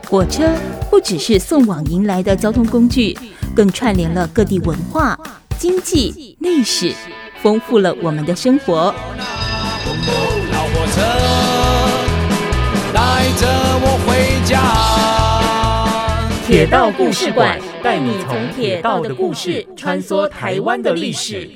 火车不只是送往迎来的交通工具，更串联了各地文化、经济、历史，丰富了我们的生活。 老火车带着我回家。 铁道故事馆带你从铁道的故事穿梭台湾的历史。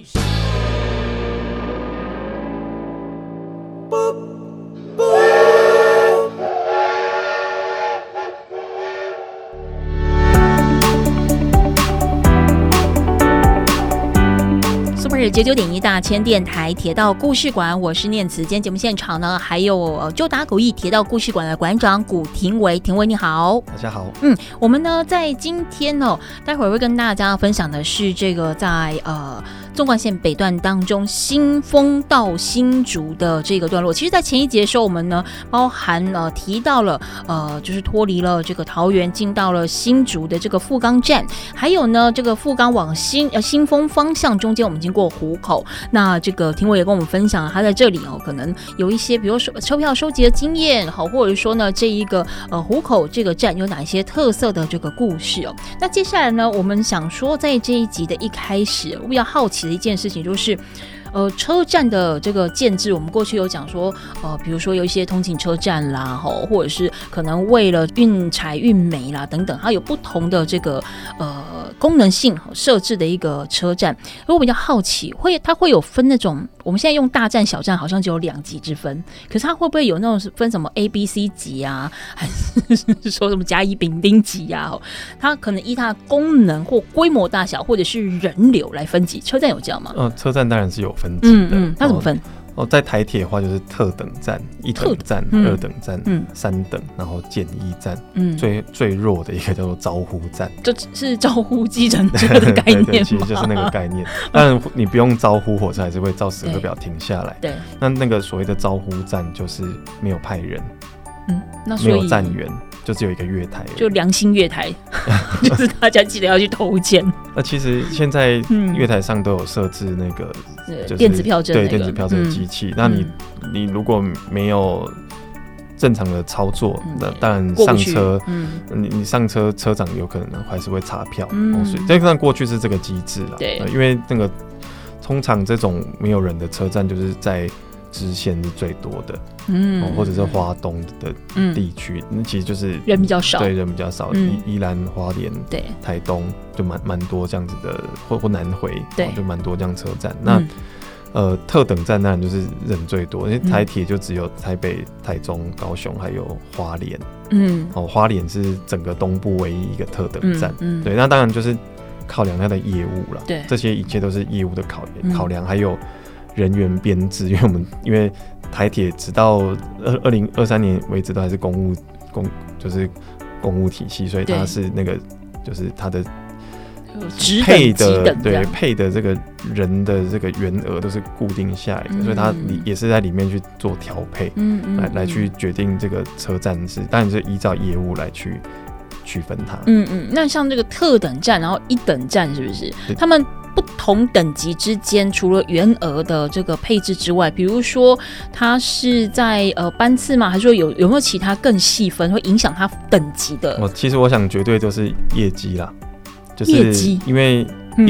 99.1大千电台铁道故事馆，我是念慈。今天节目现场呢，还有就打狗驿铁道故事馆的馆长古廷维，廷维你好。 大家好。 我们呢在今天待会儿会跟大家分享的是这个在纵贯线北段当中新丰到新竹的这个段落。其实在前一节的时候，我们呢包含提到了就是脱离了这个桃园进到了新竹的这个富冈站，还有呢这个富冈往新丰方向中间我们经过湖口。那这个廷伟也跟我们分享他在这里可能有一些比如说车票收集的经验，或者说呢这一个湖口这个站有哪一些特色的这个故事那接下来呢我们想说在这一集的一开始我比较好奇的一件事情就是车站的这个建制，我们过去有讲说，比如说有一些通勤车站啦，或者是可能为了运柴运煤啦等等，它有不同的这个功能性设置的一个车站。我比较好奇，它会有分那种我们现在用大站小站好像只有2级之分，可是它会不会有那种分什么 A、B、C 级啊，还是说什么甲乙丙丁级啊？它可能依它的功能或规模大小，或者是人流来分级。车站有这样吗？ 车站当然是有分级的。 它怎么分？ 在台铁的话就是特等站、1等站、2等站、3等，然后简易站，最弱的一个叫做招呼站， 就是招呼计程车的概念吗？ 对，其实就是那个概念。当然你不用招呼，火车还是会照时刻表停下来。 对， 那个所谓的招呼站就是没有派人， 那所以没有站员，就只有一个月台， 就良心月台，就是大家记得要去投钱。 那其实现在月台上都有设置那个就是电子票证， 对，电子票证的机器。那你如果没有正常的操作，那当然上车，你上车车长有可能还是会查票。所以这过去是这个机制啦。 对， 因为那个通常这种没有人的车站就是在支线是最多的，或者是花东的地区，那其实就是人比较少， 对，人比较少，宜兰、花莲、对，台东就蛮多这样子的，或南回，对，就蛮多这样车站。那特等站当然就是人最多，因为台铁就只有台北、台中、高雄还有花莲，花莲是整个东部唯一一个特等站，对，那当然就是考量它的业务啦，对，这些一切都是业务的考量，还有人员编制，因为台铁直到2023年为止都还是就是公务体系，所以它是那个就是它的配的配的这个人的这个员额都是固定下来的，所以它也是在里面去做调配，来去决定这个车站是当然是依照业务来去区分它。 那像这个特等站，然后1等站是不是？他们不同等级之间，除了员额的这个配置之外，比如说它是在班次吗？还是说有没有其他更细分会影响它等级的？ 其实我想绝对都是业绩啦，就是业绩， 因为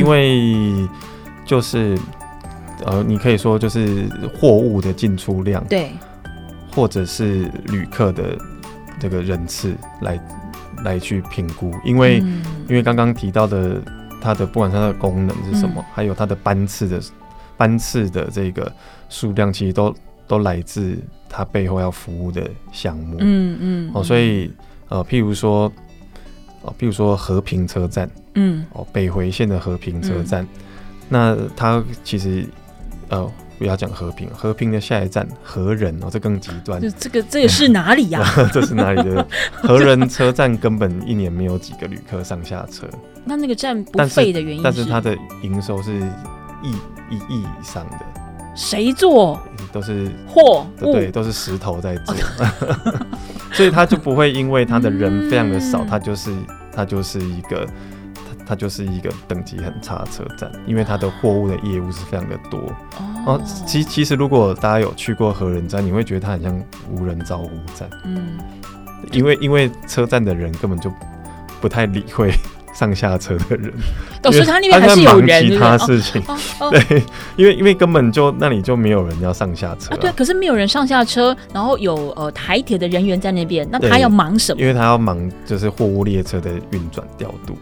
就是你可以说就是货物的进出量，对，或者是旅客的这个人次来去评估，因为刚刚提到的。它的不管它的功能是什么，还有它的班次的这个数量，其实都来自它背后要服务的项目。所以譬如说和平车站，北回线的和平车站，那它其实不要讲和平的下一站和仁这更极端。 这个是哪里呀？ 这是哪里的？和仁车站根本1年没有几个旅客上下车。 那个站不废的原因但是它的营收是1亿以上的。 谁做？ 都是货物， 对，都是石头在做，所以它就不会因为它的人非常的少，它就是一个等级很差的车站，因为它的货物的业务是非常的多。其实如果大家有去过和仁站，你会觉得它很像无人招呼站。 因为车站的人根本就不太理会上下车的人， 所以他那边还是有人其他事情，对，因为根本就那里就没有人要上下车对，可是没有人上下车，然后有台铁的人员在那边，那他要忙什么？ 因为他要忙就是货物列车的运转调度。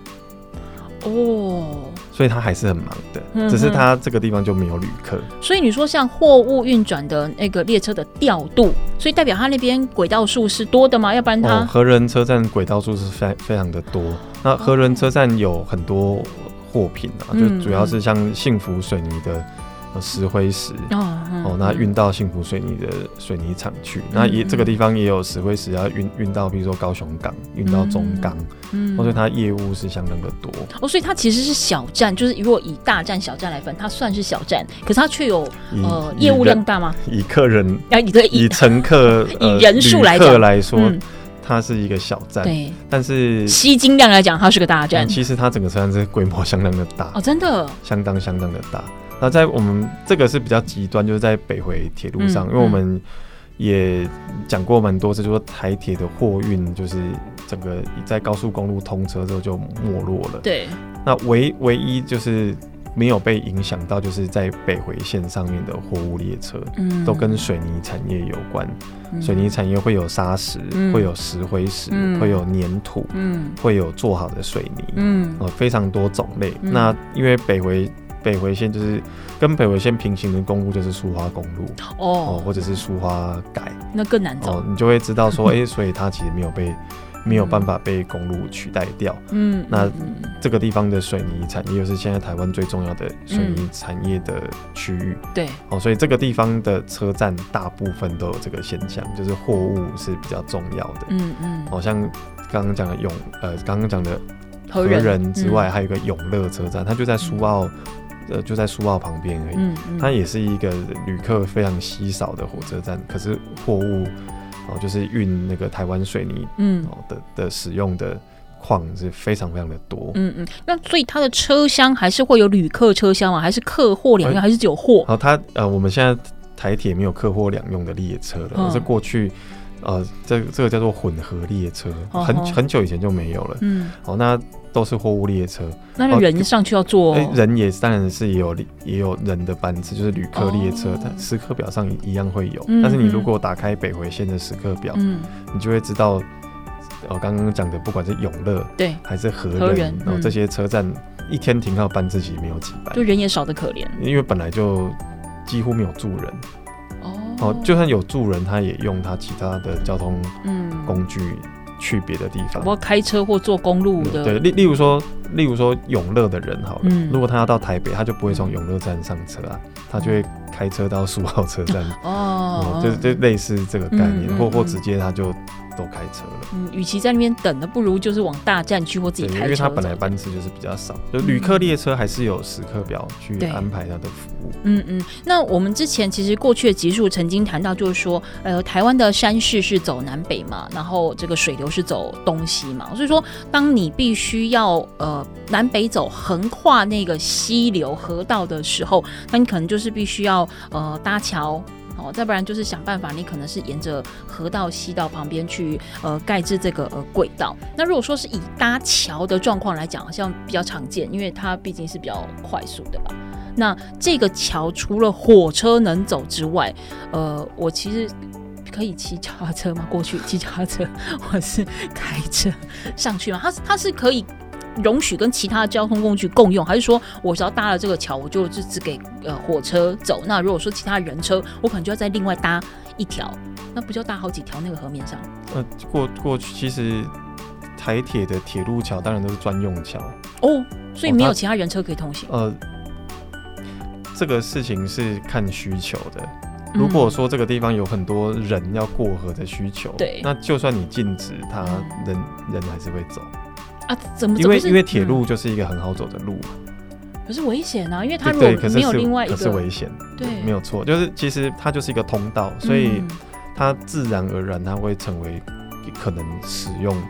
所以他还是很忙的，只是他这个地方就没有旅客。 所以你说像货物运转的那个列车的调度，所以代表他那边轨道数是多的吗？要不然他和仁车站轨道数是非常的多。那和仁车站有很多货品就主要是像幸福水泥的石灰石那运到幸福水泥的水泥厂去，那这个地方也有石灰石要运到比如说高雄港，运到中港，所以它业务是相当的多。 所以它其实是小站，就是如果以大站小站来分，它算是小站，可是它却有业务量大吗？ 以客人以乘客以人数来说它是一个小站， 对， 但是吸金量来讲它是个大站。 其实它整个车站是规模相当的大真的相当的大。那在我们这个是比较极端，就是在北回铁路上，因为我们也讲过蛮多次，就是说台铁的货运就是整个在高速公路通车之后就没落了。 对， 那唯一就是没有被影响到，就是在北回线上面的货物列车，都跟水泥产业有关。水泥产业会有砂石，会有石灰石，会有粘土，会有做好的水泥，非常多种类。那因为北回线就是跟北回线平行的公路就是苏花公路或者是苏花改， 那更难走你就会知道说所以它其实没有办法被公路取代掉。那这个地方的水泥产业又是现在台湾最重要的水泥产业的区域。 对所以这个地方的车站大部分都有这个现象，就是货物是比较重要的。像刚刚讲的和仁之外，还有一个永乐车站，它就在苏澳旁边而已。它也是一个旅客非常稀少的火车站，可是货物就是运那个台湾水泥的使用的矿是非常非常的多。 那所以它的车厢还是会有旅客车厢吗？还是客货两用，还是只有货？ 我们现在台铁没有客货两用的列车了，是过去这个叫做混合列车，很久以前就没有了。那都是货物列车。那人上去要坐人也当然是也有人的班次，就是旅客列车，时刻表上一样会有。但是你如果打开北回线的时刻表，你就会知道，刚刚讲的不管是永乐对还是和仁，这些车站一天停靠班次其实没有几班， 就人也少得可怜， 因为本来就几乎没有住人。就算有住人，他也用他其他的交通工具去别的地方， 我开车或坐公路的。 对，例如说永乐的人好了，如果他要到台北，他就不会从永乐站上车他就会开车到苏澳车站。就类似这个概念，或直接他就都开车了。 与其在那边等的，不如就是往大站去或自己开车。 因为他本来班次就是比较少，就旅客列车还是有时刻表去安排他的服务。 那我们之前其实过去的集数曾经谈到，就是说，台湾的山势是走南北嘛，然后这个水流是走东西嘛，所以说，当你必须要南北走，横跨那个溪流河道的时候，那你可能就是必须要搭桥。再不然就是想办法，你可能是沿着河道、溪道旁边去盖制这个轨道。那如果说是以搭桥的状况来讲，好像比较常见，因为它毕竟是比较快速的吧。那这个桥除了火车能走之外，我其实可以骑脚踏车吗？过去骑脚踏车，或是开车上去吗？它是可以容许跟其他的交通工具共用，还是说我只要搭了这个桥，我就只给火车走？那如果说其他人车，我可能就要再另外搭一条，那不就搭好几条那个河面上？ 过去其实台铁的铁路桥当然都是专用桥所以没有其他人车可以通行。 这个事情是看需求的。如果说这个地方有很多人要过河的需求，那就算你禁止它，人还是会走。 怎么因为铁路就是一个很好走的路， 可是危险因为它如果没有另外一个， 可是危险，对，没有错，就是其实它就是一个通道，所以它自然而然它会成为可能使用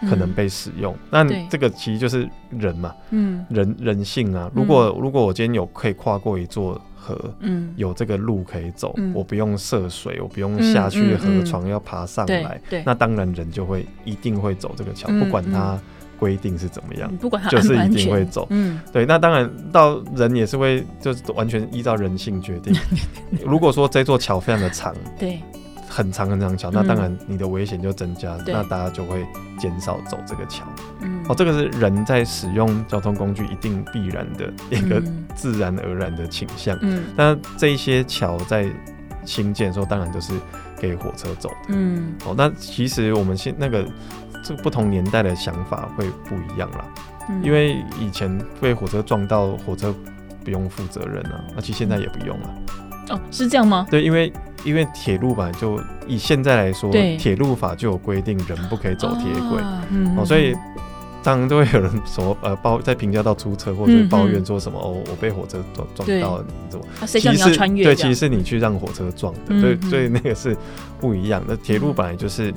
可能被使用。那这个其实就是人嘛，人性啊。如果我今天可以跨过一座河，有这个路可以走，我不用涉水，我不用下去河床要爬上来，那当然人就一定会走这个桥，不管它规定是怎么样， 不管它就是一定会走。对，那当然到人也是会就是完全依照人性决定。如果说这座桥非常的长，对，很长很长桥，那当然你的危险就增加，那大家就会减少走这个桥。这个是人在使用交通工具一定必然的一个自然而然的倾向。那这一些桥在新建的时候，当然都是给火车走的。那其实我们这不同年代的想法会不一样啦。因为以前被火车撞到，火车不用负责任啊，其实现在也不用了。 是这样吗？ 对，因为铁路吧，就以现在来说，铁路法就有规定人不可以走铁轨，所以当然都会有人说在平交道出车祸，就抱怨说什么我被火车撞到了，怎么？ 谁叫你要穿越？ 对，其实是你去让火车撞的，所以那个是不一样的。铁路本来就是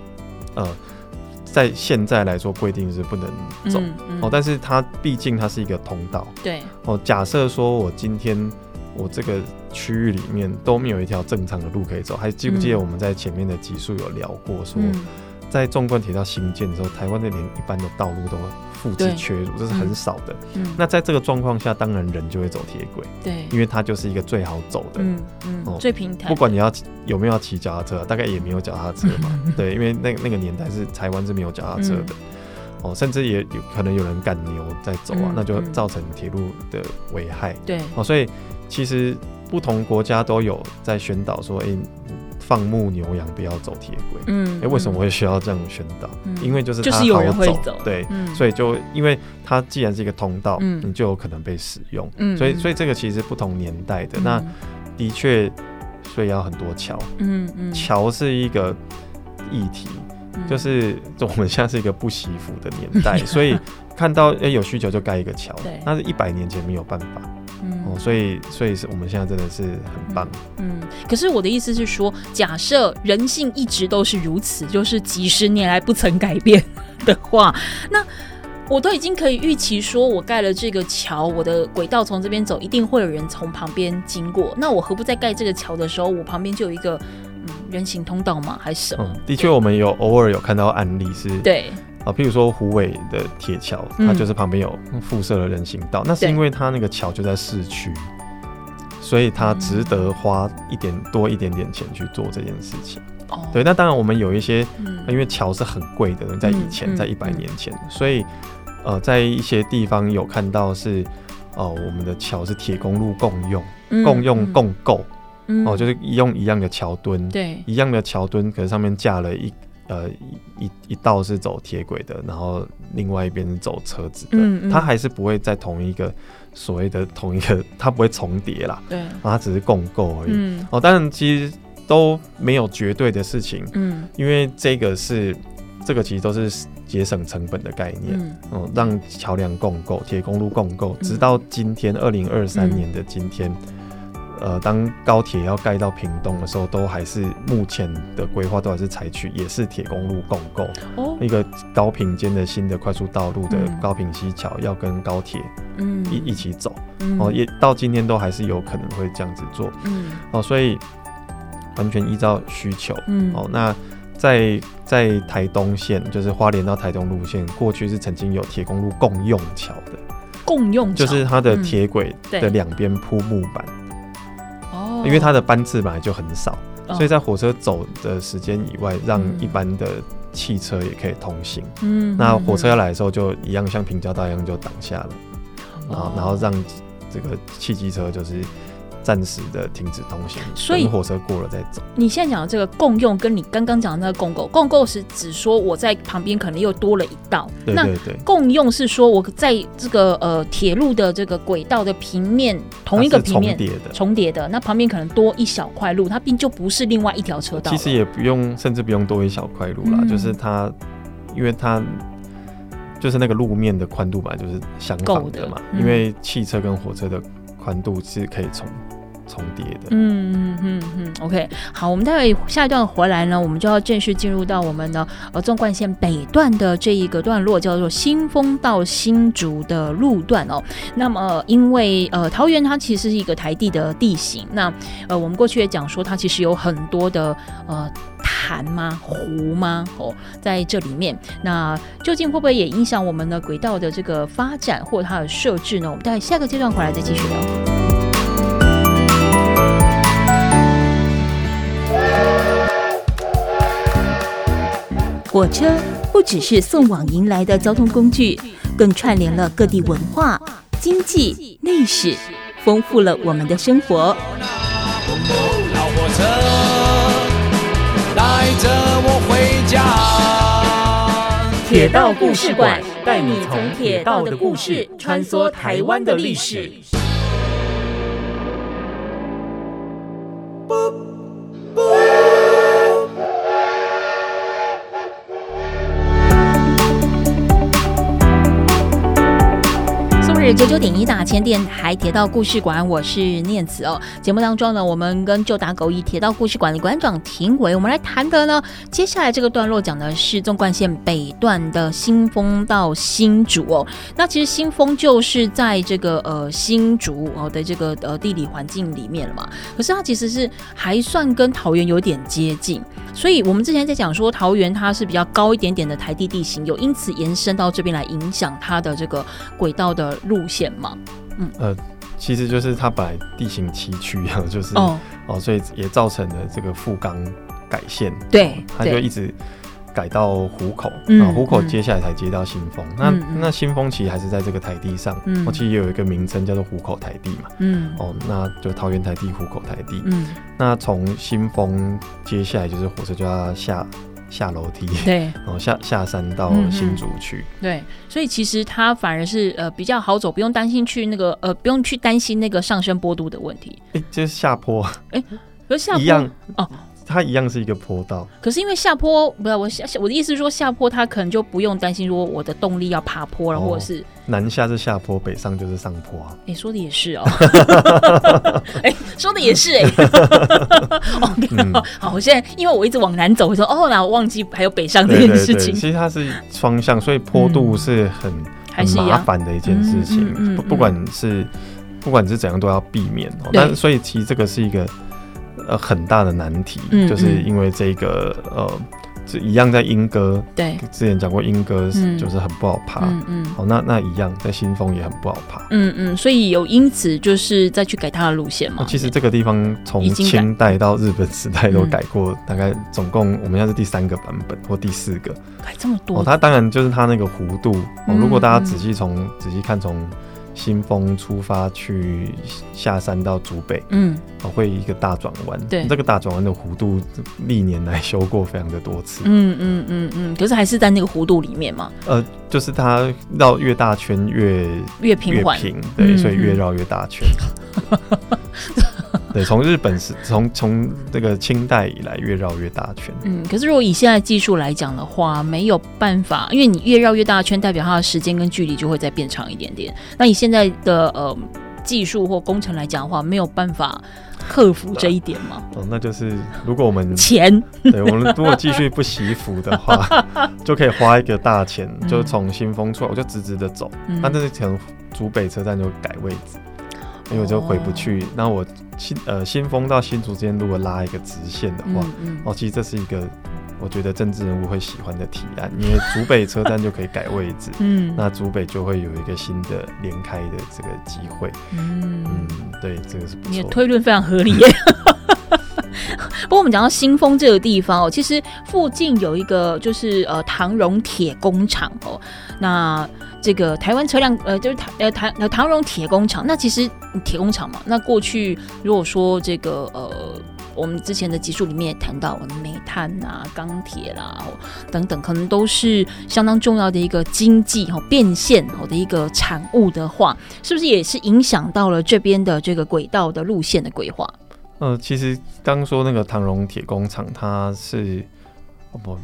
在现在来说规定是不能走，但是它毕竟它是一个通道，对，假设说我今天我这个区域里面都没有一条正常的路可以走，还记不记得我们在前面的集数有聊过说，在纵贯铁道新建的时候，台湾连一般的道路都腹地缺路，这是很少的。那在这个状况下，当然人就会走铁轨，对，因为它就是一个最好走的， 最平坦。 不管你有没有骑脚踏车，大概也没有脚踏车嘛，对，因为那个年代是台湾是没有脚踏车的。甚至也有可能有人赶牛在走啊，那就造成铁路的危害。对，所以其实不同国家都有在宣导说，放牧牛羊不要走铁轨。为什么会需要这样宣导？因为就是它有人会走， 对，所以就因为它既然是一个通道，你就有可能被使用。所以这个其实不同年代的，那的确，所以要很多桥。桥是一个议题。就是我们现在是一个不惜福的年代，所以看到有需求就盖一个桥，那是100年前没有办法。所以我们现在真的是很棒。 可是我的意思是说，假设人性一直都是如此，就是几十年来不曾改变的话，那我都已经可以预期说，我盖了这个桥，我的轨道从这边走，一定会有人从旁边经过。那我何不在盖这个桥的时候，我旁边就有一个人行通道吗？还是什么？ 的确，我们偶尔有看到案例是，对譬如说虎尾的铁桥，它就是旁边有附设了人行道，那是因为它那个桥就在市区，所以它值得花多一点点钱去做这件事情。对，那当然我们有一些，因为桥是很贵的，在以前，在100年前，所以在一些地方有看到是我们的桥是铁公路共用共构。就是用一样的桥墩，对，一样的桥墩，可是上面架了一道是走铁轨的，然后另外一边是走车子的，它还是不会在同一个所谓的同一个，它不会重叠啦，对，它只是共构而已。当然其实都没有绝对的事情，因为这个其实都是节省成本的概念，让桥梁共构、铁公路共构，直到今天2023年的今天。当高铁要盖到屏东的时候，都还是目前的规划都还是采取也是铁公路共构，一个高屏间的新的快速道路的高屏溪桥要跟高铁一起走，也到今天都还是有可能会这样子做，所以完全依照需求。那在台东线，就是花莲到台东路线，过去是曾经有铁公路共用桥的， 共用桥就是它的铁轨的两边铺木板。因为它的班次本来就很少，所以在火车走的时间以外，让一般的汽车也可以通行。那火车要来的时候，就一样像平交道一样就挡下了，然后让这个汽机车就是暂时的停止通行，所以火车过了再走。 你现在讲的这个共用，跟你刚刚讲的那个共构是指说我在旁边可能又多了一道， 对对对。 那共用是说我在这个铁路的这个轨道的平面同一个平面重叠的，那旁边可能多一小块路，它并就不是另外一条车道。 其实也不用，甚至不用多一小块路啦，就是它，因为它就是那个路面的宽度本来就是相仿的嘛，因为汽车跟火车的宽度是可以重叠的。 OK， 好，我们待会下一段回来呢，我们就要正式进入到我们的纵贯线北段的这一个段落，叫做新丰到新竹的路段哦。那么因为桃园它其实是一个台地的地形，那我们过去也讲说它其实有很多的潭吗湖吗在这里面，那究竟会不会也影响我们的轨道的这个发展或者它的设置呢？我们待下个阶段回来再继续聊。 火车不只是送往迎来的交通工具，更串联了各地文化、经济、历史，丰富了我们的生活。 老火车带着我回家。 铁道故事馆带你从铁道的故事穿梭台湾的历史。 99.1大千电台铁道故事馆，我是念慈哦。节目当中呢，我们跟就打狗一铁道故事馆的馆长庭伟，我们来谈的呢，接下来这个段落讲的是纵贯线北段的新丰到新竹哦。那其实新丰就是在这个新竹的这个地理环境里面了嘛，可是它其实是还算跟桃园有点接近，所以我们之前在讲说桃园它是比较高一点点的台地地形，有因此延伸到这边来影响它的这个轨道的路线嘛。 其实就是它本来地形崎岖啊，就是所以也造成了这个富冈改线， 对， 它就一直改到湖口，湖口接下来才接到新丰。那新丰其实还是在这个台地上，其实也有一个名称叫做湖口台地嘛，那就桃园台地、湖口台地。那从新丰接下来就是火车就要下楼梯，对，然后下山到新竹去， 对，所以其实它反而是比较好走，不用担心去那个不用去担心那个上升坡度的问题。 就是下坡， 可是下坡一样哦。它一样是一个坡道， 可是因为下坡，不是我的意思是说，下坡它可能就不用担心说我的动力要爬坡了，或者是南下是下坡，北上就是上坡啊。 说的也是哦，说的也是好，我现在因为我一直往南走，我说那我忘记还有北上这件事情。 对，其实它是双向，所以坡度是很麻烦的一件事情，不管是怎样都要避免。但所以其实这个是一个很大的难题，就是因为这个一样在莺歌，对，之前讲过莺歌就是很不好爬，那一样在新丰也很不好爬， 所以有因此就是再去改它的路线嘛。 其实这个地方从清代到日本时代都改过，大概总共我们现在是第3个版本或第4个， 改这么多。 它当然就是它那个弧度，如果大家仔细看从新丰出发去下山到竹北，会一个大转弯。对，这个大转弯的弧度历年来修过非常的多次。 可是还是在那个弧度里面嘛。 就是它绕越大圈越平缓，对，所以越绕越大圈。对，从日本从这个清代以来越绕越大圈。 可是如果以现在技术来讲的话，没有办法，因为你越绕越大圈，代表它的时间跟距离就会再变长一点点。那以现在的技术或工程来讲的话，没有办法克服这一点吗？ 那就是如果我们对，我们如果继续不惜福的话，就可以花一个大钱，就从新丰出来，我就直直的走。但是可能竹北车站就改位置。因为我就回不去，那我新丰到新竹之间如果拉一个直线的话，其实这是一个我觉得政治人物会喜欢的提案，因为竹北车站就可以改位置，那竹北就会有一个新的连开的这个机会，对，这个是不错的。 你的推论非常合理耶。不过我们讲到新丰这个地方其实附近有一个就是唐荣铁工厂那这个台湾车辆就是唐荣铁工厂，那其实铁工厂嘛，那过去如果说这个我们之前的集数里面也谈到煤炭啊、钢铁啦等等，可能都是相当重要的一个经济变现的一个产物的话，是不是也是影响到了这边的这个轨道的路线的规划？其实刚说那个唐荣铁工厂，它是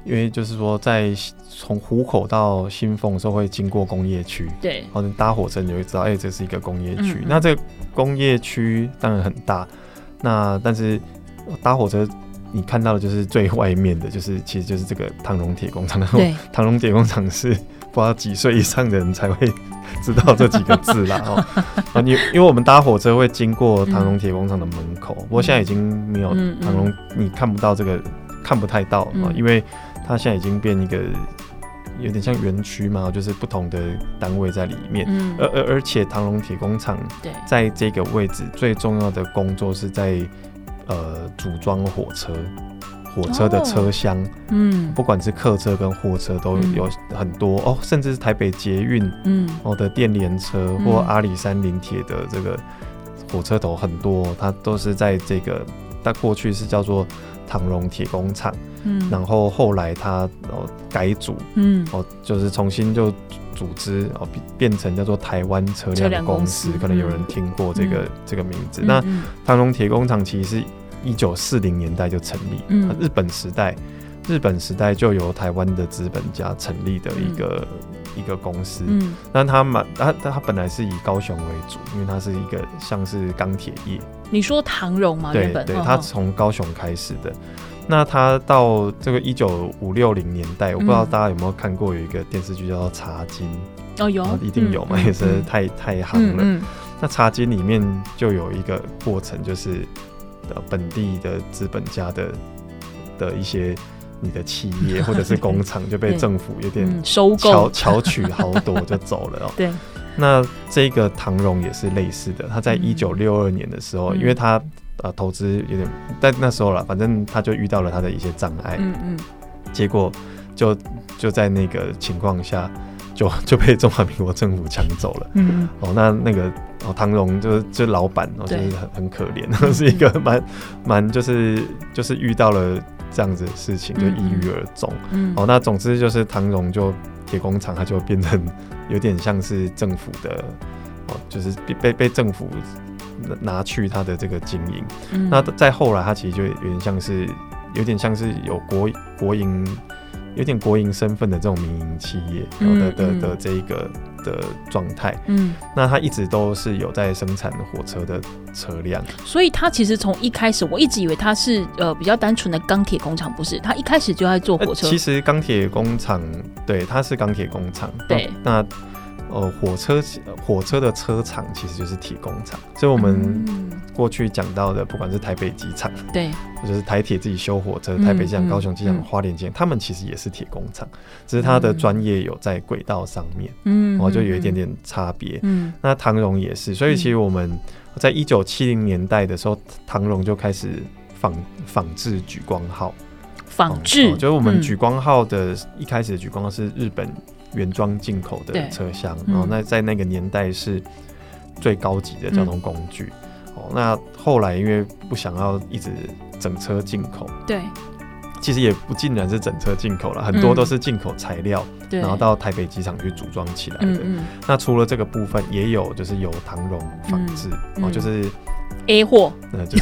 因为就是说在从湖口到新丰的时候会经过工业区， 对， 你搭火车你就会知道，这是一个工业区。那这个工业区当然很大，那但是搭火车你看到的就是最外面的，就是其实就是这个唐荣铁工厂。 对， 唐荣铁工厂是不知道几岁以上的人才会知道这几个字啦。因为我们搭火车会经过唐荣铁工厂的门口，不过现在已经没有唐荣，你看不到这个，看不太到，因为它现在已经变一个有点像园区嘛，就是不同的单位在里面。而且唐荣铁工厂在这个位置最重要的工作是在组装火车的车厢，不管是客车跟货车都有很多甚至是台北捷运的电联车或阿里山林铁的这个火车头很多，它都是在这个，它过去是叫做唐荣铁工厂，然后后来它改组，就是重新就组织变成叫做台湾车辆公司，可能有人听过这个名字。那唐荣铁工厂其实是1940年代就成立，日本时代就由台湾的资本家成立的一个公司。那他本来是以高雄为主，因为它是一个像是钢铁业。 你说唐荣吗？ 对对，它从高雄开始的。那它到这个1950-60年代，我不知道大家有没有看过有一个电视剧叫做《茶金》。 有， 一定有嘛，也是太夯了。那《茶金》里面就有一个过程，就是本地的资本家的一些你的企业或者是工厂就被政府有点收购巧取豪夺就走了。 对， 那这个唐荣也是类似的，他在1962年的时候，因为他投资有点，但那时候啦，反正他就遇到了他的一些障碍，结果就在那个情况下就被中华民国政府抢走了。那个唐荣就老板就是很可怜，是一个蛮就是遇到了这样子的事情就抑郁而终。那总之就是唐荣就铁工厂，它就变成有点像是政府的，就是被政府拿去它的这个经营。那再后来，它其实就有点像是有国营。有点国营身份的这种民营企业的这一个的状态。那它一直都是有在生产火车的车辆， 所以它其实从一开始，我一直以为它是比较单纯的钢铁工厂，不是？它一开始就在做火车。 其实钢铁工厂，对，它是钢铁工厂。对，那火车的车厂其实就是铁工厂，所以我们过去讲到的，不管是台北机场，对，或者是台铁自己修火车，台北机场、高雄机场、花莲机场，他们其实也是铁工厂，只是它的专业有在轨道上面，就有一点点差别。那唐荣也是，所以其实我们在1970年代的时候，唐荣就开始仿制莒光号。 仿制， 就是我们莒光号的一开始的莒光号是日本原装进口的车厢，然后在那个年代是最高级的交通工具。那后来因为不想要一直整车进口，对，其实也不尽然是整车进口了，很多都是进口材料，然后到台北机场去组装起来的。那除了这个部分，也有就是由唐荣仿制，就是。 A 货， 就是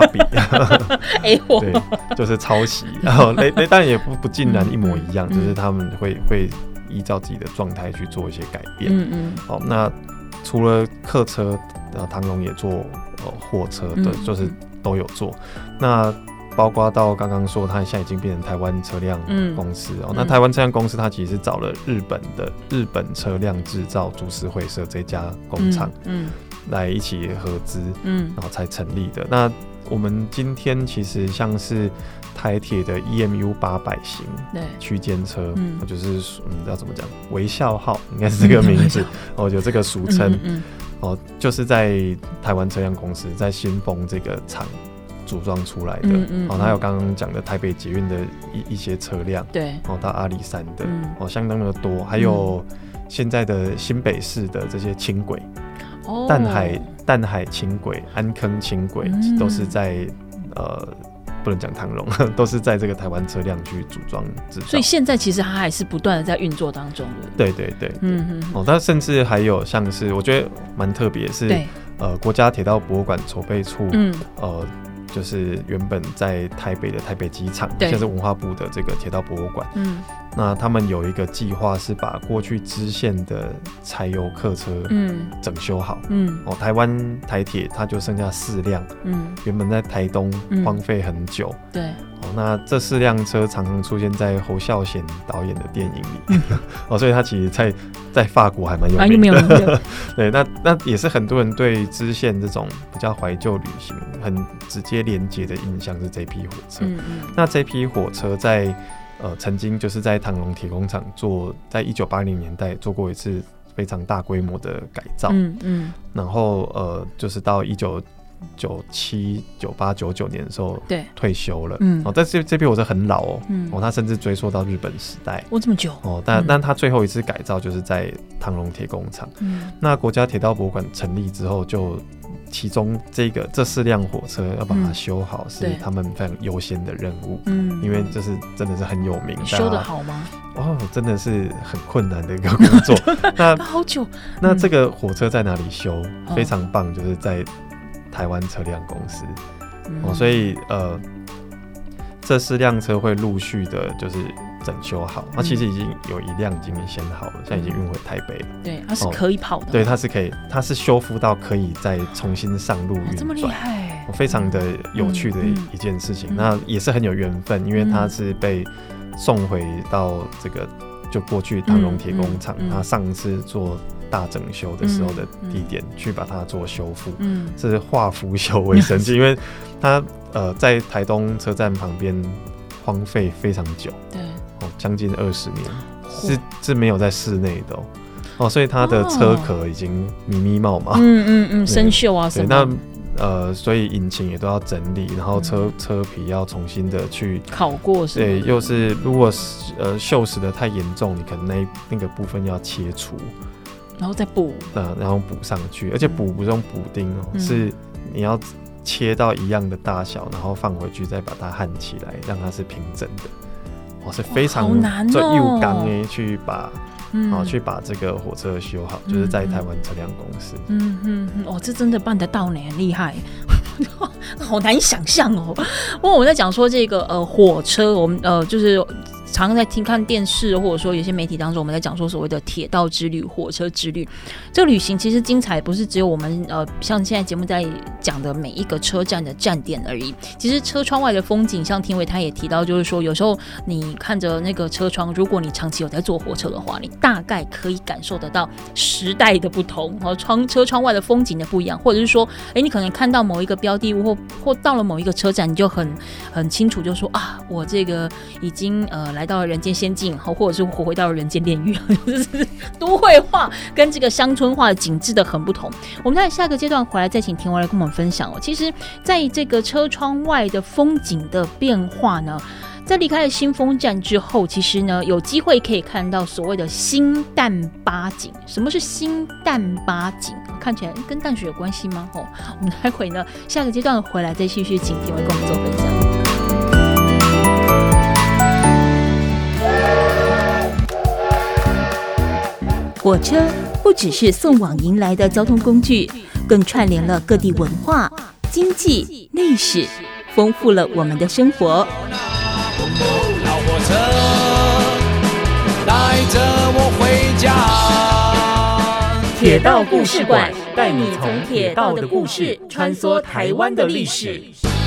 copy，A 货， 对，就是抄袭，然后当然也不尽然一模一样，就是他们会依照自己的状态去做一些改变。好，那除了客车，唐荣也做货车的，就是都有做。那包括到刚刚说，它现在已经变成台湾车辆公司那台湾车辆公司，它其实是找了日本车辆制造株式会社这家工厂，来一起合资，然后才成立的。那我们今天其实像是台铁的 EMU 800型区间车，就是要怎么讲，微笑号应该是这个名字，有这个俗称，就是在台湾车辆公司在新丰这个厂组装出来的。还有刚刚讲的台北捷运的一些车辆，对，到阿里山的，相当的多，还有现在的新北市的这些轻轨。淡海轻轨、安坑轻轨都是在不能讲唐荣，都是在这个台湾车辆去组装制造。 所以现在其实它还是不断的在运作当中的。 对对对，它甚至还有像是我觉得蛮特别是国家铁道博物馆筹备处就是原本在台北的台北机场，现在是文化部的这个铁道博物馆。那他们有一个计划是把过去支线的柴油客车整修好。台湾台铁它就剩下4辆，原本在台东荒废很久。对。那这4辆车常常出现在侯孝贤导演的电影里。所以它其实在法国还蛮有名的。对，那也是很多人对支线这种比较怀旧旅行很直接连接的印象是这批火车。那这批火车在曾经就是在唐龙铁工厂在1980年代做过一次非常大规模的改造。然后就是到1997、98、99年的时候退休了。但是这批火车很老哦。它甚至追溯到日本时代。这么久但它最后一次改造就是在唐龙铁工厂。那国家铁道博物馆成立之后，就其中这4辆火车要把它修好，是他们非常优先的任务。因为这是真的是很有名。 修得好吗？ 真的是很困难的一个工作。那好久。 那这个火车在哪里修？非常棒，就是在台湾车辆公司。所以这4辆车会陆续的就是整修好。那其实已经有1辆已经先好了，现在已经运回台北了。 对，它是可以跑的。 对，它是可以，它是修复到可以再重新上路运转。 这么厉害， 非常的有趣的一件事情。那也是很有缘分，因为它是被送回到这个就过去唐龙铁工厂，它上次做大整修的时候的地点去把它做修复。是化腐朽为神奇，因为它在台东车站旁边荒废非常久。对。将近20年，是没有在室内的所以它的车壳已经密密茂茂， 生锈啊什么。 那所以引擎也都要整理，然后车皮要重新的去烤过，是吗？ 对，又是如果锈蚀的太严重，你可能那个部分要切除， 然后再补， 然后补上去，而且补不是用补丁是你要切到一样的大小，然后放回去，再把它焊起来，让它是平整的。是非常做又刚去把这个火车修好，就是在台湾车辆公司。 这真的办得到呢，很厉害。好难想象哦。不过我在讲说这个火车，我们就是常常在看电视，或者说有些媒体当中，我们在讲说所谓的铁道之旅、火车之旅。这个旅行其实精彩，不是只有我们像现在节目在讲的每一个车站的站点而已。其实车窗外的风景，像庭伟他也提到，就是说有时候你看着那个车窗，如果你长期有在坐火车的话，你大概可以感受得到时代的不同和车窗外的风景的不一样，或者是说，你可能看到某一个标的物或到了某一个车站，你就很清楚，就说啊，我这个已经来到了人间仙境，或者是回到了人间炼狱，就是都会化跟这个乡村化的景致的很不同。我们在下个阶段回来再请庭伟来跟我们分享其实在这个车窗外的风景的变化呢，在离开了新丰站之后，其实呢有机会可以看到所谓的新淡八景。什么是新淡八景？看起来跟淡水有关系吗？我们待会呢下个阶段回来再继续请庭伟跟我们做分享。 火车不只是送往迎来的交通工具，更串联了各地文化、经济、历史，丰富了我们的生活。 老火车带着我回家， 铁道故事馆带你从铁道的故事穿梭台湾的历史。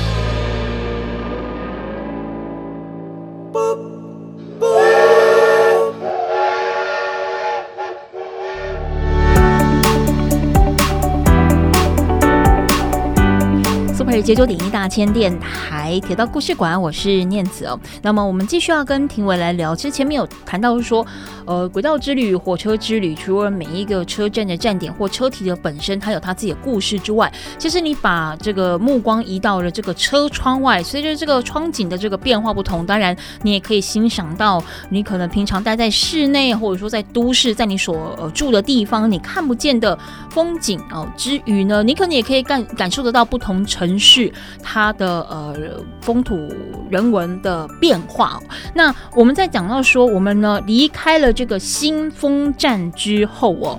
解九点一大千电台铁道故事馆，我是念慈那么我们继续要跟庭伟来聊，其实前面有谈到说，轨道之旅、火车之旅，除了每一个车站的站点或车体的本身它有它自己的故事之外，其实你把这个目光移到了这个车窗外，随着这个窗景的这个变化不同，当然你也可以欣赏到你可能平常待在室内，或者说在都市，在你所住的地方你看不见的风景之余呢，你可能也可以感受得到不同城市它的风土人文的变化。那我们在讲到说，我们呢离开了这个新丰站之后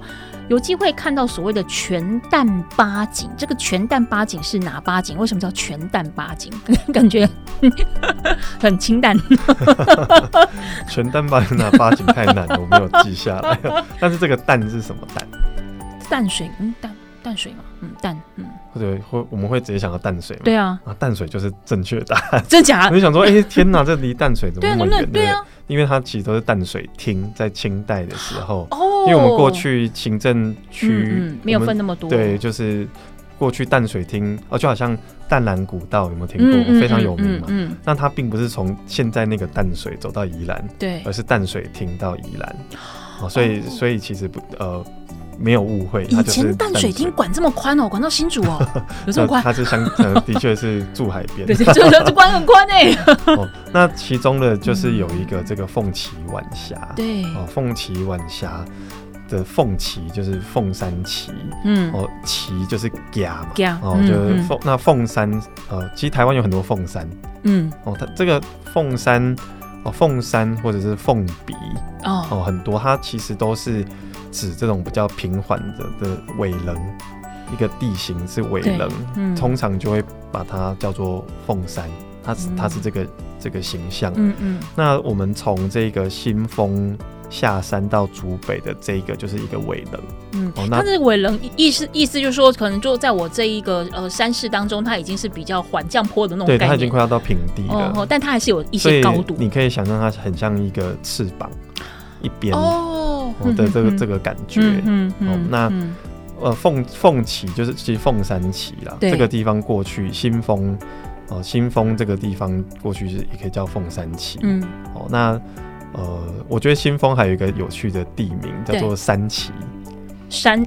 有机会看到所谓的全淡八景。这个全淡八景是哪八景？为什么叫全淡八景？感觉很清淡。 全淡八景哪八景太难了，我没有记下来。但是这个淡是什么淡？ 淡水，淡水嘛，淡， 或我们会直接想到淡水嘛？ 对啊， 淡水就是正确答案。 真假？ 我就想说，天哪，这离淡水怎么那么远？ 对啊， 因为它其实都是淡水厅，在清代的时候，因为我们过去行政区没有分那么多， 对，就是过去淡水厅，就好像淡蓝古道，有没有听过？非常有名嘛。那它并不是从现在那个淡水走到宜兰，对，而是淡水厅到宜兰。所以其实没有误会， 以前淡水厅管这么宽管到新竹有这么宽？ 它是的确是住海边， 对，就管很宽那其中的就是有一个这个凤岐晚霞， 对， 凤岐晚霞的凤岐就是凤山岐，岐就是甲嘛，就是那凤山，其实台湾有很多凤山，它这个凤山，凤山或者是凤鼻，很多，它其实都是指这种比较平缓的尾棱，一个地形是尾棱，通常就会把它叫做凤山，它是这个形象。那我们从这个新丰下山到竹北的这个就是一个尾棱。 它这个尾棱意思就是说，可能就在我这一个山势当中，它已经是比较缓降坡的那种概念， 对，它已经快要到平地了， 但它还是有一些高度。 你可以想象它很像一个翅膀一边的这个感觉。那凤岐就是其实凤山岐啦，这个地方过去新丰这个地方过去也可以叫凤山岐。那我觉得新丰还有一个有趣的地名叫做山岐， 山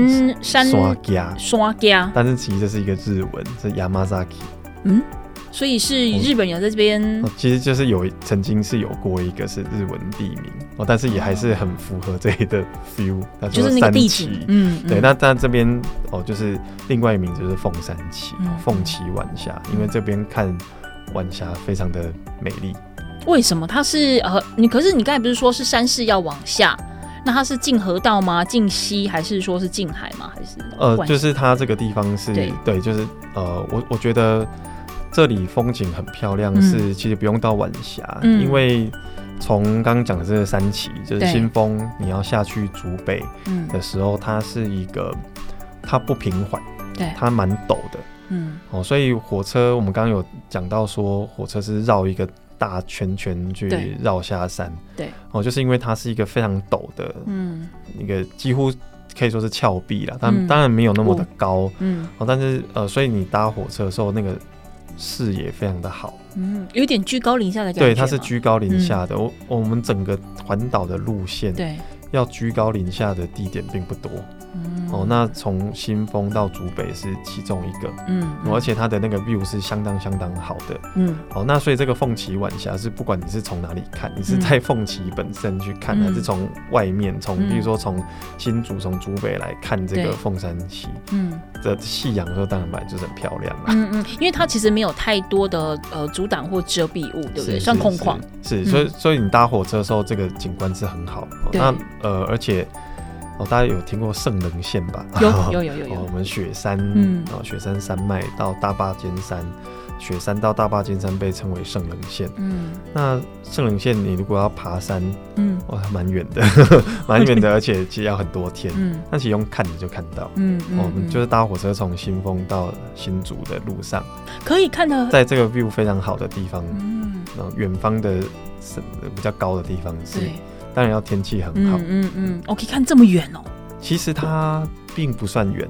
刷家， 但是其实这是一个日文，是 Yamazaki。 所以是日本人在这边， 其实就是曾经是有过一个是日文地名，但是也还是很符合这里的 feel， 就是那个地形。 对，那这边就是另外一名就是凤山岐，凤岐晚霞，因为这边看晚霞非常的美丽。 为什么它是可是你刚才不是说是山势要往下？那它是进河道吗？进溪还是说是进海吗？还是就是它这个地方是对，就是我觉得这里风景很漂亮，是其实不用到晚霞，因为从刚刚讲的这个山岐，就是新丰，你要下去竹北的时候，它是一个它不平缓，对，它蛮陡的，所以火车我们刚刚有讲到说，火车是绕一个大圈圈去绕下山，对，就是因为它是一个非常陡的，一个几乎可以说是峭壁啦，但当然没有那么的高，但是所以你搭火车的时候，那个视野非常的好， 有点居高临下的感觉。 对，它是居高临下的。我们整个环岛的路线，对，要居高临下的地点并不多。那从新丰到竹北是其中一个，而且它的那个 view 是相当好的，那所以这个凤岐晚霞是不管你是从哪里看，你是在凤岐本身去看，还是从外面，比如说从新竹、从竹北来看这个凤山岐，的夕阳的时候，当然本来就是很漂亮啦。 因为它其实没有太多的阻挡或遮蔽物，对不对？像空旷， 是，所以你搭火车的时候，这个景观是很好。那而且。大家有听过圣棱线吧？ 有。 我们雪山，雪山山脉到大霸尖山，雪山到大霸尖山被称为圣棱线。那圣棱线你如果要爬山，蛮远的，而且其实要很多天。但其实用看你就看到。我们就是搭火车从新丰到新竹的路上， 可以看到， 在这个 view 非常好的地方，远方的比较高的地方是。当然要天气很好， 我可以看这么远哦。 其实它并不算远，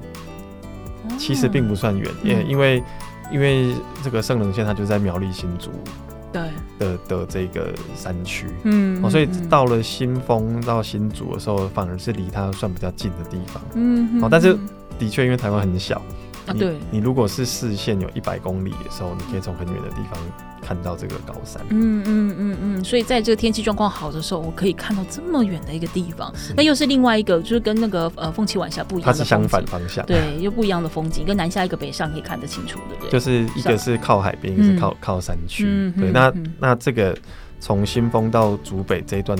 因为这个圣棱线它就在苗栗新竹的这个山区，所以到了新丰到新竹的时候，反而是离它算比较近的地方，但是的确因为台湾很小，你如果是视线有100公里的时候，你可以从很远的地方看到这个高山。 所以在这个天气状况好的时候，我可以看到这么远的一个地方。那又是另外一个，就是跟那个凤岐晚霞不一样的风景，它是相反方向， 对，又不一样的风景，一个南下一个北上可以看得清楚，对不对？ 就是一个是靠海边，一个是靠山区。对，那这个从新丰到竹北这一段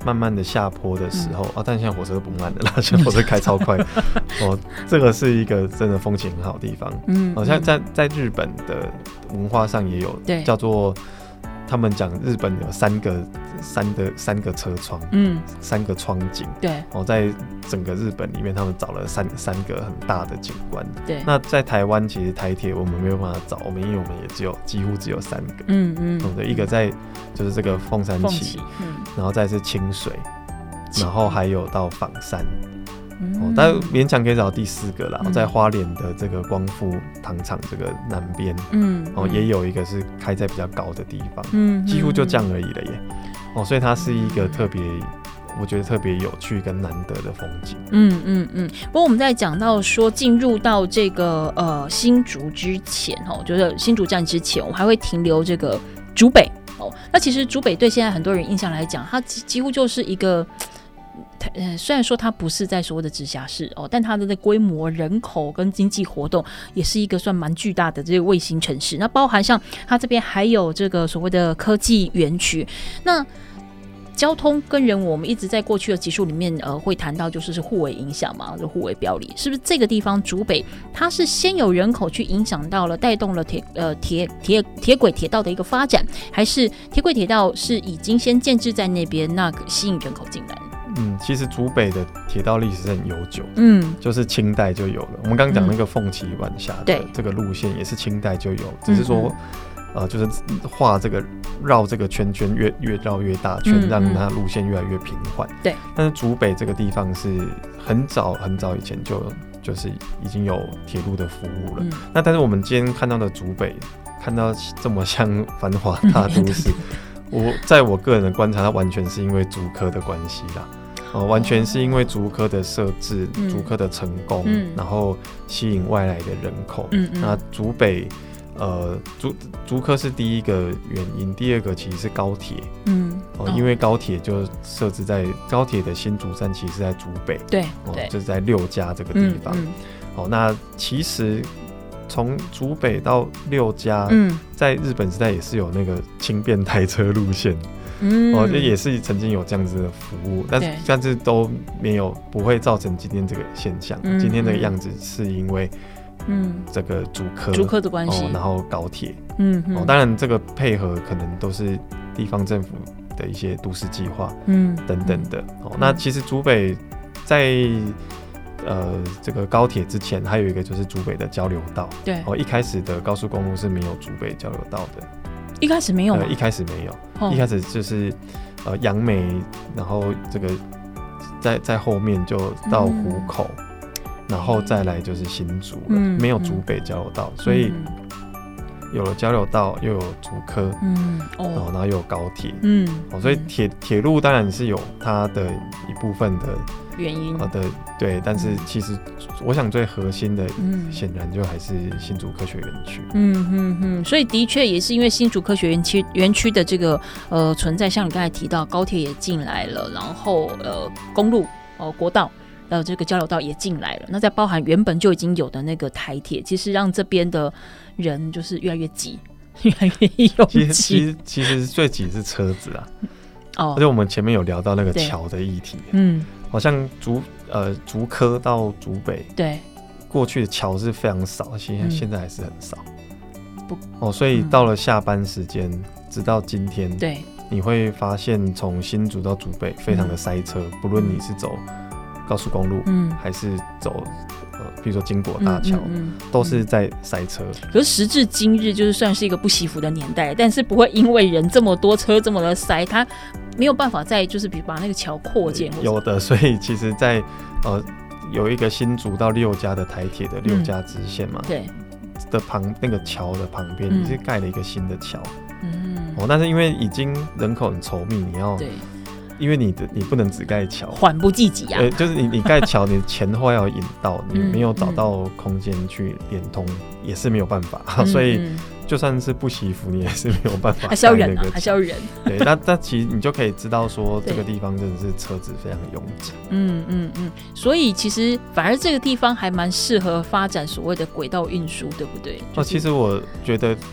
慢慢的下坡的时候但现在火车不慢了啦，现在火车开超快这个是一个真的风景很好的地方。好像在日本的文化上也有叫做，他们讲日本有三个车窗，3个窗景。对，在整个日本里面，他们找了三个很大的景观。对，那在台湾其实台铁我们没有办法找，因为我们也几乎只有3个。对，一个在就是这个凤山崎，然后再是清水，然后还有到枋山。但勉强可以找到第4个啦，在花莲的这个光复糖厂这个南边，也有一个是开在比较高的地方，几乎就这样而已了耶。所以它是一个我觉得特别有趣跟难得的风景。 不过我们在讲到说进入到这个新竹之前就是新竹站之前，我们还会停留这个竹北那其实竹北对现在很多人印象来讲，它几乎就是一个。虽然说它不是在所谓的直辖市但它的规模、人口跟经济活动也是一个算蛮巨大的这个卫星城市。那包含像它这边还有这个所谓的科技园区。那交通跟人，我们一直在过去的集数里面会谈到，就是互为影响嘛，就互为表里。是不是这个地方竹北它是先有人口去影响到了，带动了铁轨铁道的一个发展，还是铁轨铁道是已经先建置在那边，那吸引人口进来？ 其实竹北的铁道历史很悠久，就是清代就有了。我们刚刚讲那个凤岐晚霞的这个路线也是清代就有，只是说就是画这个绕这个圈圈越绕越大圈，让它路线越来越平缓。对，但是竹北这个地方是很早以前就是已经有铁路的服务了。那但是我们今天看到的竹北，看到这么像繁华大都市，在我个人的观察，它完全是因为竹科的关系啦。完全是因为竹科的设置，竹科的成功，然后吸引外来的人口。那竹北，竹科是第一个原因，第二个其实是高铁。因为高铁就设置在高铁的新竹站，其实是在竹北。对，就是在六家这个地方。那其实从竹北到六家，在日本时代也是有那个轻便台车路线。也是曾经有这样子的服务，但是都不会造成今天这个现象。今天这个样子是因为这个竹科的关系，然后高铁。当然这个配合可能都是地方政府的一些都市计划等等的。那其实竹北在这个高铁之前，还有一个就是竹北的交流道。对，一开始的高速公路是没有竹北交流道的。 一开始没有吗？ 一开始没有，一开始就是杨梅，然后这个在后面就到湖口，然后再来就是新竹了，没有竹北交流道，所以有了交流道，又有竹科，然后又有高铁，所以铁路当然是有它的一部分的原因对，但是其实我想最核心的，显然就还是新竹科学园区。 所以的确也是因为新竹科学园区的这个存在，像你刚才提到，高铁也进来了，然后公路国道。这个交流道也进来了，那再包含原本就已经有的那个台铁，其实让这边的人就是越来越挤，越来越拥挤。 其实最挤是车子啊，而且我们前面有聊到那个桥的议题，好像竹科到竹北，对，过去的桥是非常少，现在还是很少。所以到了下班时间，直到今天，对，你会发现从新竹到竹北非常的塞车，不论你是走高速公路，还是走比如说经国大桥，都是在塞车。 可是时至今日，就是算是一个不惜福的年代，但是不会因为人这么多，车这么的塞，它没有办法再就是比如把那个桥扩建。 有的，所以其实在有一个新竹到六家的台铁的六家支线嘛，对的那个桥的旁边，也是盖了一个新的桥。但是因为已经人口很稠密，你要对。因为你不能只盖桥， 缓不济急啊。 就是你盖桥，你前后要引道，你没有找到空间去连通，也是没有办法。所以就算是不惜福，你也是没有办法， 还是要忍啊，还是要忍。 对，那其实你就可以知道说，这个地方真的是车子非常拥挤。 所以其实反而这个地方还蛮适合发展所谓的轨道运输，对不对？ 其实我觉得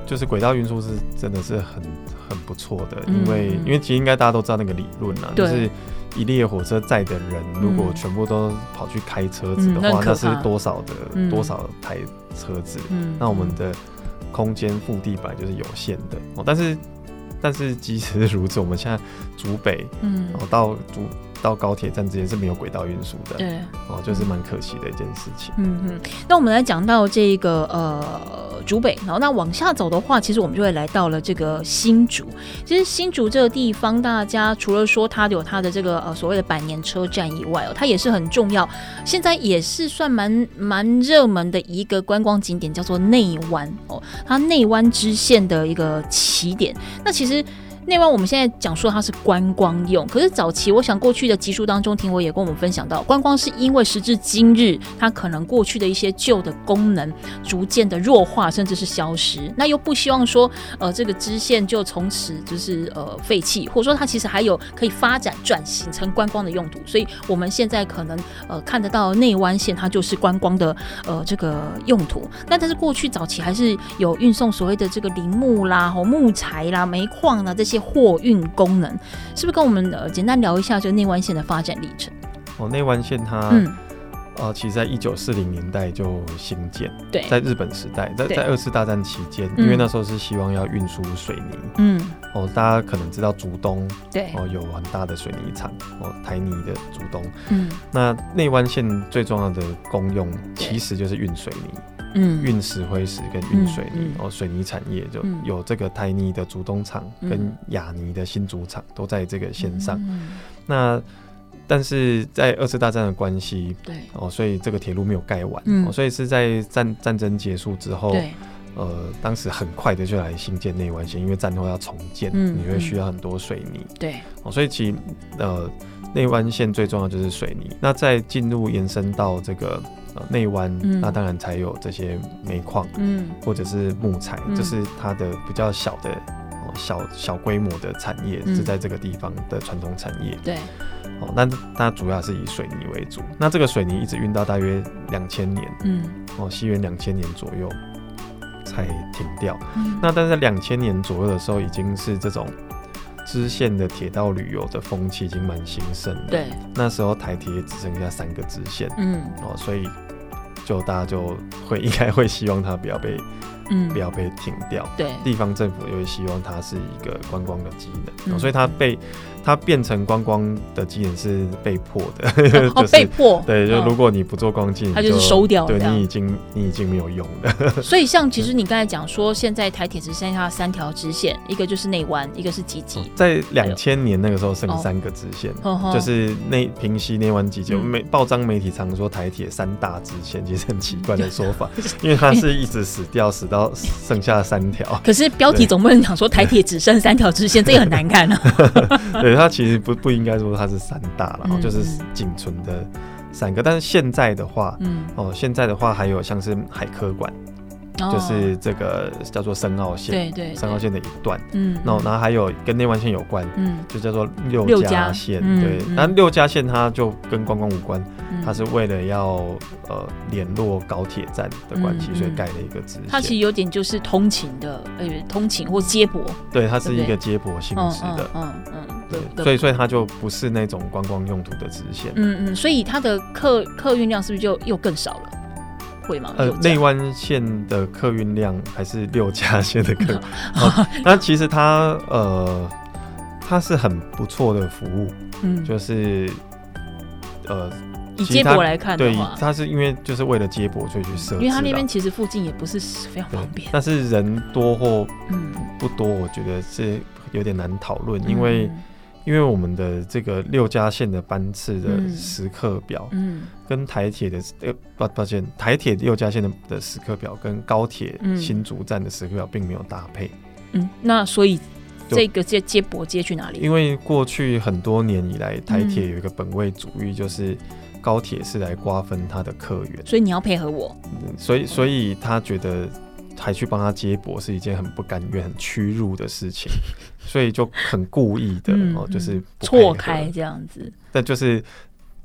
就是轨道运输是真的是很不错的，因为其实应该大家都知道那个理论啊，就是一列火车载的人，如果全部都跑去开车子的话，那是多少台车子？那我们的空间腹地本来就是有限的，但是即使如此，我们现在竹北，到高铁站之间是没有轨道运输的， 对， 就是蛮可惜的一件事情。 那我们来讲到这个竹北，然后那往下走的话，其实我们就会来到了这个新竹。其实新竹这个地方，大家除了说它有它的这个所谓的百年车站以外，它也是很重要，现在也是算蛮热门的一个观光景点，叫做内湾它内湾支线的一个起点。那其实内湾我们现在讲说它是观光用，可是早期我想过去的集数当中，庭伟也跟我们分享到，观光是因为时至今日，它可能过去的一些旧的功能逐渐的弱化，甚至是消失，那又不希望说这个支线就从此就是废弃，或者说它其实还有可以发展转型成观光的用途，所以我们现在可能看得到内湾线它就是观光的这个用途。但是过去早期还是有运送所谓的这个林木啦、木材啦、煤矿啦这些货运功能，是不是跟我们简单聊一下这个内湾线的发展历程？ 内湾线它其实在1940年代就兴建， 对， 在日本时代，在2次大战期间，因为那时候是希望要运输水泥，大家可能知道竹东， 对， 有很大的水泥厂，台泥的竹东，那内湾线最重要的功用其实就是运水泥。运石灰石跟运水泥，水泥产业就有这个台泥的竹东厂跟亚泥的新竹厂都在这个线上。但是在2次大战的关系，对，所以这个铁路没有盖完，所以是在战争结束之后，当时很快的就来兴建内湾线，因为战后要重建，你会需要很多水泥，对，所以其内湾线最重要就是水泥。那再进入延伸到这个内湾，那当然才有这些煤矿，或者是木材，这是它的比较小的小规模的产业，是在这个地方的传统产业。对，那它主要是以水泥为主。那这个水泥一直运到大约2000年，西元2000年左右才停掉。那但是在2000年左右的时候，已经是这种支线的铁道旅游的风气已经蛮兴盛了。对，那时候台铁只剩下3个支线，所以就大家就应该会希望它不要被停掉。对，地方政府也会希望它是一个观光的机能，所以它变成观光的机能是被迫的，就是被迫。 对，就如果你不做观光机能， 它就是收掉了。 对，你已经没有用了。 所以像其实你刚才讲说，现在台铁只剩下3条支线，一个就是内湾，一个是集集。 在2000年那个时候剩3个支线，就是平溪、内湾、集集。报章媒体常说台铁3大支线，其实很奇怪的说法，因为它是一直死掉，死到剩下3条。 可是标题总不能讲说台铁只剩3条支线，这个很难看啊。 对，它其实不应该说它是3大了，就是仅存的3个。但是现在的话，还有像是海科馆，就是这个叫做深澳线，对，深澳线的一段，然后还有跟内湾线有关，就叫做六家线，对，但6家线它就跟观光无关，它是为了要联络高铁站的关系，所以盖了一个支线。 它其实有点就是通勤或接驳， 对，它是一个接驳性质的，对，所以它就不是那种观光用途的支线。 所以它的客运量是不是又更少了？会吗？ 内湾线的客运量还是6家线的客运，那其实它是很不错的服务，就是以接驳来看的话， 对，它是因为就是为了接驳所以去设置， 因为它那边其实附近也不是非常方便， 但是人多或不多，我觉得是有点难讨论，因为我们的这个6家线的班次的时刻表，跟台铁的抱歉，台铁6家线的时刻表跟高铁新竹站的时刻表并没有搭配。 那所以这个接驳接去哪里？ 因为过去很多年以来，台铁有一个本位主义，就是高铁是来瓜分它的客源， 所以你要配合我。 所以他觉得还去帮他接驳是一件很不甘愿、很屈辱的事情，所以就很故意的就是错开这样子。 但就是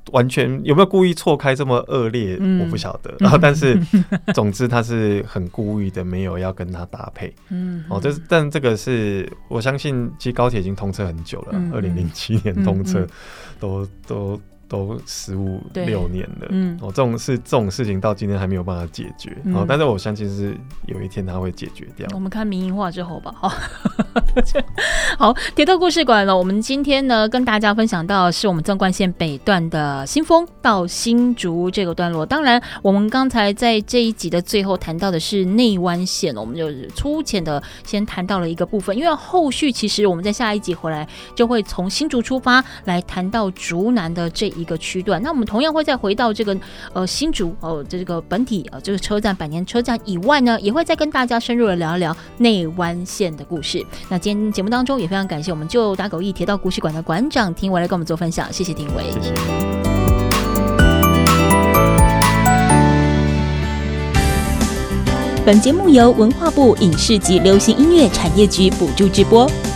完全有没有故意错开这么恶劣，我不晓得。然后，但是总之他是很故意的，没有要跟他搭配。但这个是我相信，其实高铁已经通车很久了，2007年通车，都15、6年了。这种事情到今天还没有办法解决。但是我相信是有一天它会解决掉。 我们看民营化之后吧。好，铁道故事馆呢，我们今天呢跟大家分享到的是我们纵贯线北段的新丰到新竹这个段落。当然，我们刚才在这一集的最后谈到的是内湾线，我们就是粗浅的先谈到了一个部分，因为后续其实我们在下一集回来就会从新竹出发来谈到竹南的这一个区段。那我们同样会再回到这个新竹这个本体这个车站百年车站以外呢，也会再跟大家深入的聊一聊内湾线的故事。那今天节目当中也非常感谢我们就打狗驿铁道故事馆的馆长庭维来跟我们做分享，谢谢庭维。 谢谢。 本节目由文化部影视及流行音乐产业局补助直播。